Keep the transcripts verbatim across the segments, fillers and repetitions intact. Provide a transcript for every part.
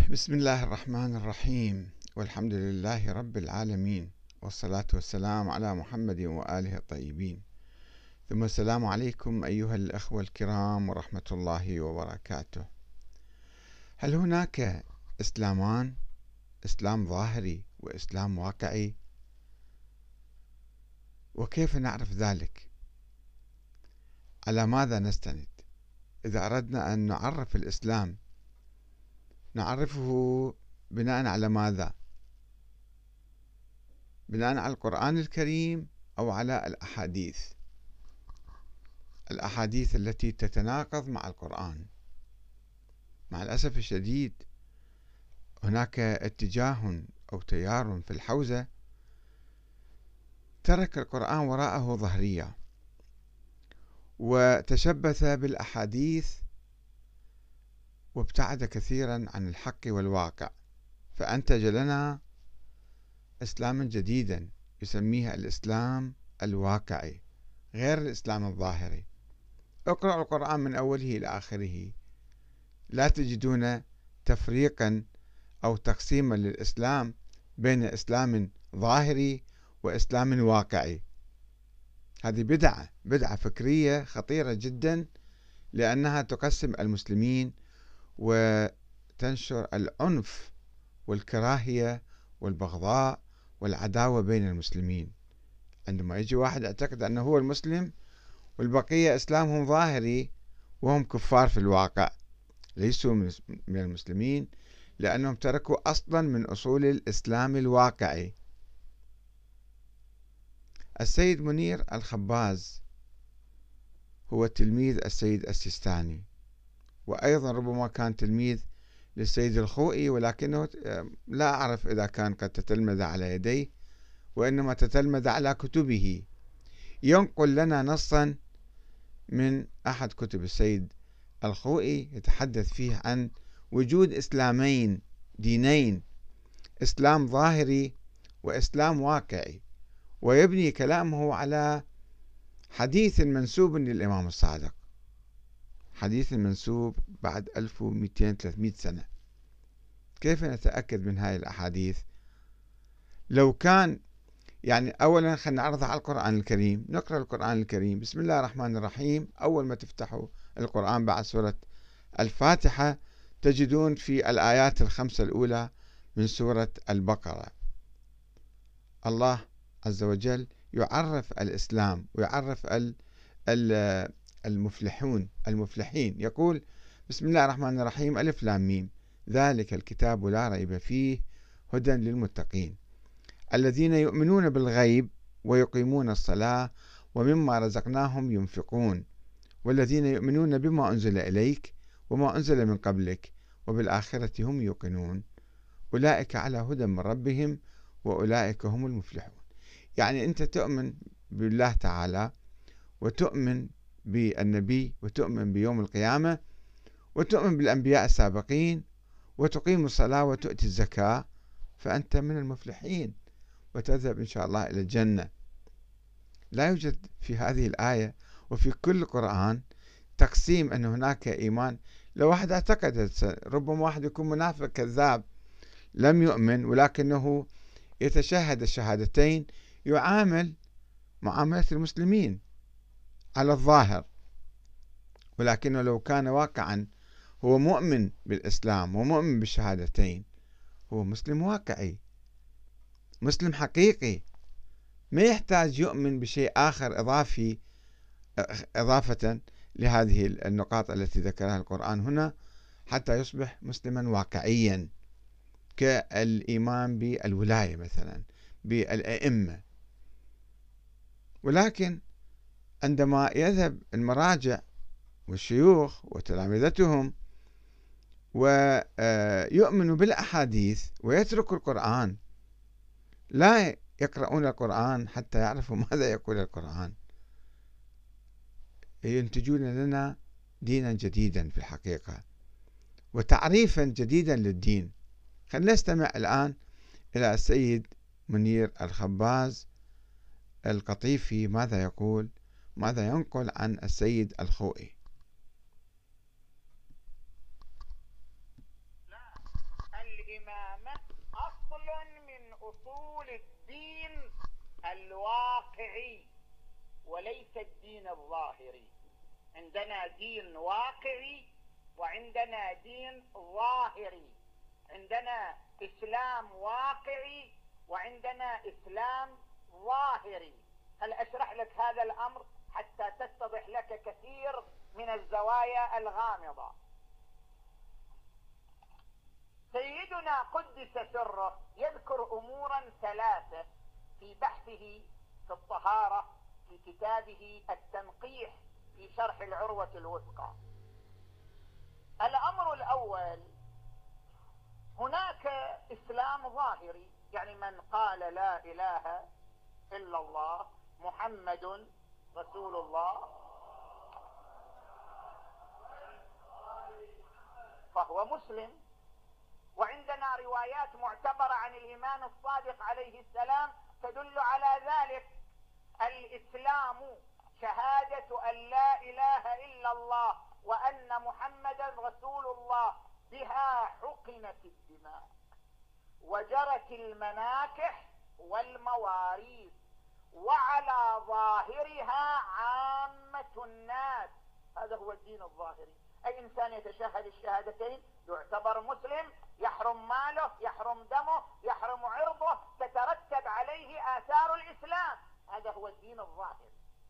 بسم الله الرحمن الرحيم، والحمد لله رب العالمين، والصلاة والسلام على محمد وآله الطيبين، ثم السلام عليكم أيها الأخوة الكرام ورحمة الله وبركاته. هل هناك إسلامان؟ إسلام ظاهري وإسلام واقعي؟ وكيف نعرف ذلك؟ على ماذا نستند؟ إذا أردنا أن نعرف الإسلام نعرفه بناء على ماذا؟ بناء على القرآن الكريم أو على الأحاديث الأحاديث التي تتناقض مع القرآن؟ مع الأسف الشديد هناك اتجاه أو تيار في الحوزة ترك القرآن وراءه ظهريا وتشبث بالأحاديث وابتعد كثيرا عن الحق والواقع، فأنتج لنا إسلاما جديدا يسميه الإسلام الواقعي غير الإسلام الظاهري. اقرأوا القرآن من أوله إلى آخره لا تجدون تفريقا أو تقسيما للإسلام بين إسلام ظاهري وإسلام واقعي. هذه بدعة بدعة فكرية خطيرة جدا، لأنها تقسم المسلمين وتنشر العنف والكراهية والبغضاء والعداوة بين المسلمين. عندما يجي واحد يعتقد أنه هو المسلم والبقية إسلامهم ظاهري وهم كفار في الواقع، ليسوا من المسلمين لأنهم تركوا أصلا من أصول الإسلام الواقعي. السيد منير الخباز هو تلميذ السيد السيستاني، وأيضا ربما كان تلميذ للسيد الخوئي، ولكنه لا أعرف إذا كان قد تتلمذ على يديه وإنما تتلمذ على كتبه. ينقل لنا نصا من أحد كتب السيد الخوئي يتحدث فيه عن وجود إسلامين، دينين، إسلام ظاهري وإسلام واقعي، ويبني كلامه على حديث منسوب للإمام الصادق، حديث منسوب بعد ألف ومئتين ثلاثمئة سنة. كيف نتأكد من هذه الأحاديث؟ لو كان يعني أولا خلينا نعرضها على القرآن الكريم. نقرأ القرآن الكريم. بسم الله الرحمن الرحيم. أول ما تفتحوا القرآن بعد سورة الفاتحة تجدون في الآيات الخمسة الأولى من سورة البقرة الله عز وجل يعرف الإسلام ويعرف المفلحون المفلحين. يقول بسم الله الرحمن الرحيم ألف لام ميم ذلك الكتاب لا ريب فيه هدى للمتقين الذين يؤمنون بالغيب ويقيمون الصلاة ومما رزقناهم ينفقون والذين يؤمنون بما أنزل إليك وما أنزل من قبلك وبالآخرة هم يوقنون أولئك على هدى من ربهم وأولئك هم المفلحون. يعني أنت تؤمن بالله تعالى وتؤمن بالنبي وتؤمن بيوم القيامة وتؤمن بالأنبياء السابقين وتقيم الصلاة وتؤتي الزكاة، فأنت من المفلحين وتذهب إن شاء الله إلى الجنة. لا يوجد في هذه الآية وفي كل القرآن تقسيم أن هناك إيمان. لو واحد اعتقد، ربما واحد يكون منافق كذاب لم يؤمن ولكنه يتشهد الشهادتين، يعامل معاملة المسلمين على الظاهر، ولكنه لو كان واقعا هو مؤمن بالإسلام ومؤمن بالشهادتين هو مسلم واقعي، مسلم حقيقي، ما يحتاج يؤمن بشيء آخر إضافي إضافة لهذه النقاط التي ذكرها القرآن هنا حتى يصبح مسلما واقعيا، كالإيمان بالولاية مثلا، بالأئمة. ولكن عندما يذهب المراجع والشيوخ وتلامذتهم ويؤمنوا بالأحاديث ويتركوا القرآن، لا يقرؤون القرآن حتى يعرفوا ماذا يقول القرآن، ينتجون لنا دينا جديدا في الحقيقة وتعريفا جديدا للدين. خلينا نستمع الآن إلى السيد منير الخباز القطيفي ماذا يقول، ماذا ينقل عن السيد الخوئي. الإمامة أصل من أصول الدين الواقعي وليس الدين الظاهري. عندنا دين واقعي وعندنا دين ظاهري، عندنا إسلام واقعي وعندنا إسلام ظاهري. هل أشرح لك هذا الأمر حتى تتضح لك كثير من الزوايا الغامضة. سيدنا قدس سره يذكر أمورا ثلاثة في بحثه في الطهارة في كتابه التنقيح في شرح العروة الوثقى. الأمر الأول، هناك إسلام ظاهري، يعني من قال لا إله إلا الله محمد رسول الله فهو مسلم. وعندنا روايات معتبرة عن الإمام الصادق عليه السلام تدل على ذلك. الإسلام شهادة أن لا إله إلا الله وأن محمدا رسول الله، بها حقنت الدماء وجرت المناكح والمواريث، وعلى ظاهرها عامة الناس. هذا هو الدين الظاهري. أي إنسان يتشهد الشهادتين يعتبر مسلم، يحرم ماله، يحرم دمه، يحرم عرضه، تترتب عليه آثار الإسلام. هذا هو الدين الظاهري.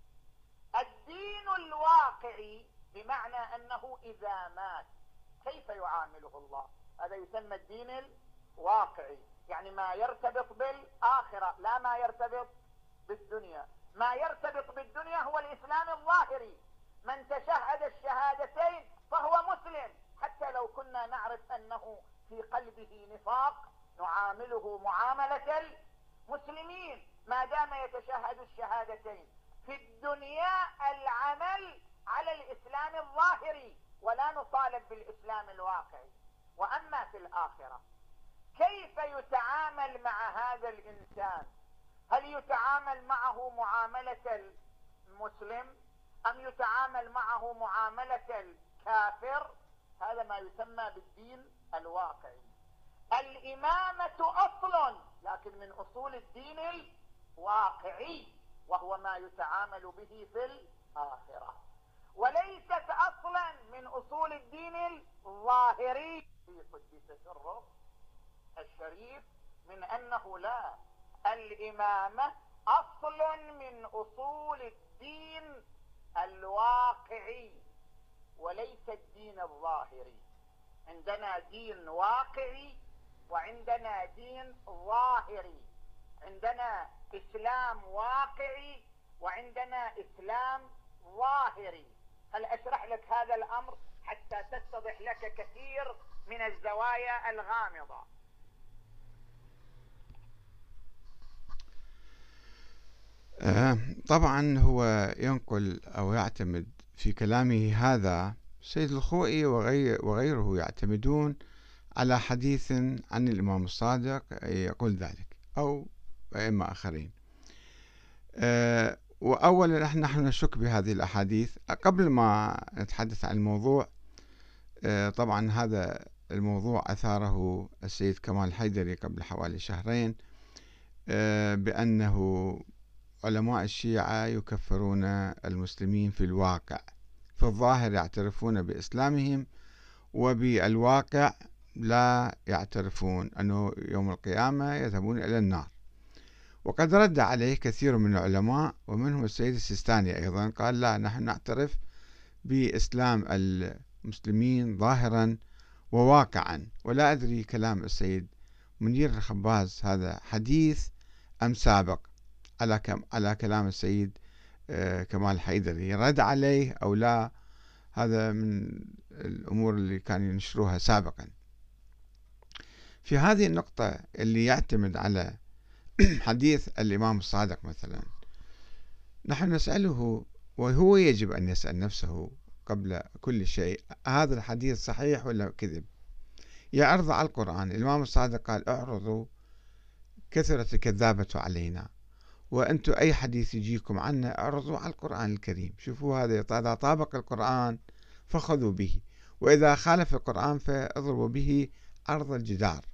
الدين الواقعي بمعنى أنه إذا مات كيف يعامله الله، هذا يسمى الدين الواقعي، يعني ما يرتبط بالآخرة لا ما يرتبط بالدنيا. ما يرتبط بالدنيا هو الإسلام الظاهري. من تشهد الشهادتين فهو مسلم، حتى لو كنا نعرف أنه في قلبه نفاق نعامله معاملة المسلمين ما دام يتشهد الشهادتين. في الدنيا العمل على الإسلام الظاهري ولا نطالب بالإسلام الواقعي. وأما في الآخرة كيف يتعامل مع هذا الإنسان؟ هل يتعامل معه معاملة المسلم أم يتعامل معه معاملة الكافر؟ هذا ما يسمى بالدين الواقعي. الإمامة أصل لكن من أصول الدين الواقعي، وهو ما يتعامل به في الآخرة، وليست أصلا من أصول الدين الظاهري في قدس سره الشريف من أنه لا، الإمامة أصل من أصول الدين الواقعي وليس الدين الظاهري. عندنا دين واقعي وعندنا دين ظاهري، عندنا إسلام واقعي وعندنا إسلام ظاهري. هل أشرح لك هذا الأمر حتى تتضح لك كثير من الزوايا الغامضة. آه طبعا هو ينقل أو يعتمد في كلامه هذا سيد الخوئي وغيره يعتمدون على حديث عن الإمام الصادق يقول ذلك أو أئمة آخرين. أه وأولا نحن نشك بهذه الأحاديث. قبل ما نتحدث عن الموضوع، أه طبعا هذا الموضوع أثاره السيد كمال الحيدري قبل حوالي شهرين، أه بأنه علماء الشيعة يكفرون المسلمين في الواقع، في الظاهر يعترفون بإسلامهم وبالواقع لا يعترفون أنه يوم القيامة يذهبون إلى النار. وقد رد عليه كثير من العلماء ومنهم السيد السيستاني أيضا، قال لا، نحن نعترف بإسلام المسلمين ظاهرا وواقعا. ولا أدري كلام السيد منير الخباز هذا حديث أم سابق على على كلام السيد كمال الحيدري، رد عليه أو لا، هذا من الأمور اللي كانوا ينشروها سابقا. في هذه النقطة اللي يعتمد على حديث الإمام الصادق مثلا، نحن نسأله، وهو يجب أن يسأل نفسه قبل كل شيء، هذا الحديث صحيح ولا كذب؟ يعرض على القرآن. الإمام الصادق قال اعرضوا كثرة الكذابة علينا، وأنتم أي حديث يجيكم عنه اعرضوا على القرآن الكريم، شوفوا هذا إذا طابق القرآن فخذوا به، وإذا خالف القرآن فاضربوا به عرض الجدار.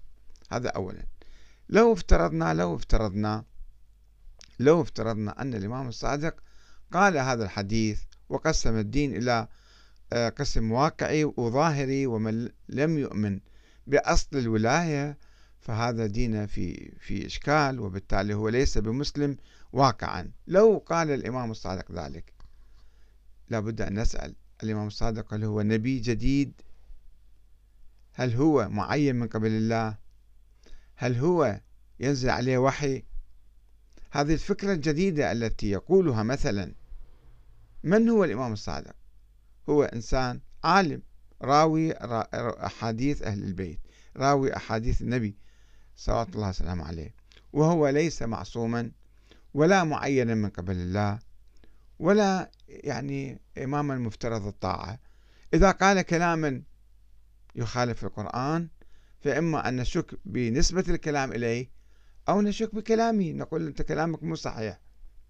هذا أولا. لو افترضنا لو افترضنا لو افترضنا أن الإمام الصادق قال هذا الحديث وقسم الدين إلى قسم واقعي وظاهري، ومن لم يؤمن بأصل الولاية فهذا دين في في إشكال، وبالتالي هو ليس بمسلم واقعا. لو قال الإمام الصادق ذلك لابد أن نسأل: الإمام الصادق هل هو نبي جديد؟ هل هو معين من قبل الله؟ هل هو ينزل عليه وحي؟ هذه الفكرة الجديدة التي يقولها مثلا. من هو الإمام الصادق؟ هو إنسان عالم، راوي أحاديث أهل البيت، راوي أحاديث النبي صلوات الله وسلامه عليه، وهو ليس معصوما ولا معينا من قبل الله ولا يعني إماما مفترض الطاعة. إذا قال كلاما يخالف القرآن فإما أن نشك بنسبة الكلام إليه أو نشك بكلامه، نقول أنت كلامك مو صحيح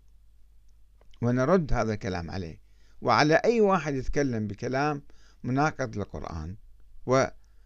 ونرد هذا الكلام عليه. وعلى أي واحد يتكلم بكلام مناقض للقرآن و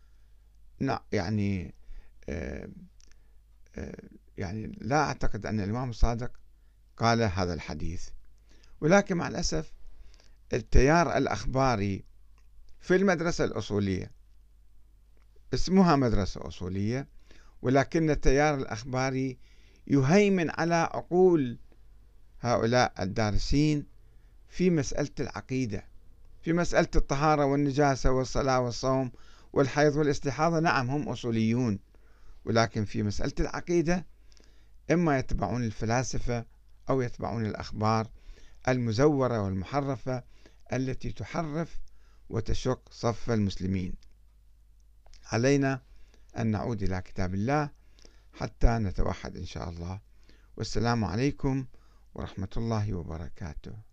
يعني آه آه يعني لا أعتقد أن الإمام الصادق قال هذا الحديث. ولكن مع الأسف التيار الأخباري في المدرسة الأصولية، اسمها مدرسة أصولية، ولكن التيار الأخباري يهيمن على عقول هؤلاء الدارسين في مسألة العقيدة، في مسألة الطهارة والنجاسة والصلاة والصوم والحيض والاستحاضة. نعم هم أصوليون، ولكن في مسألة العقيدة إما يتبعون الفلاسفة أو يتبعون الأخبار المزورة والمحرفة التي تحرف وتشق صف المسلمين. علينا أن نعود إلى كتاب الله حتى نتوحد إن شاء الله. والسلام عليكم ورحمة الله وبركاته.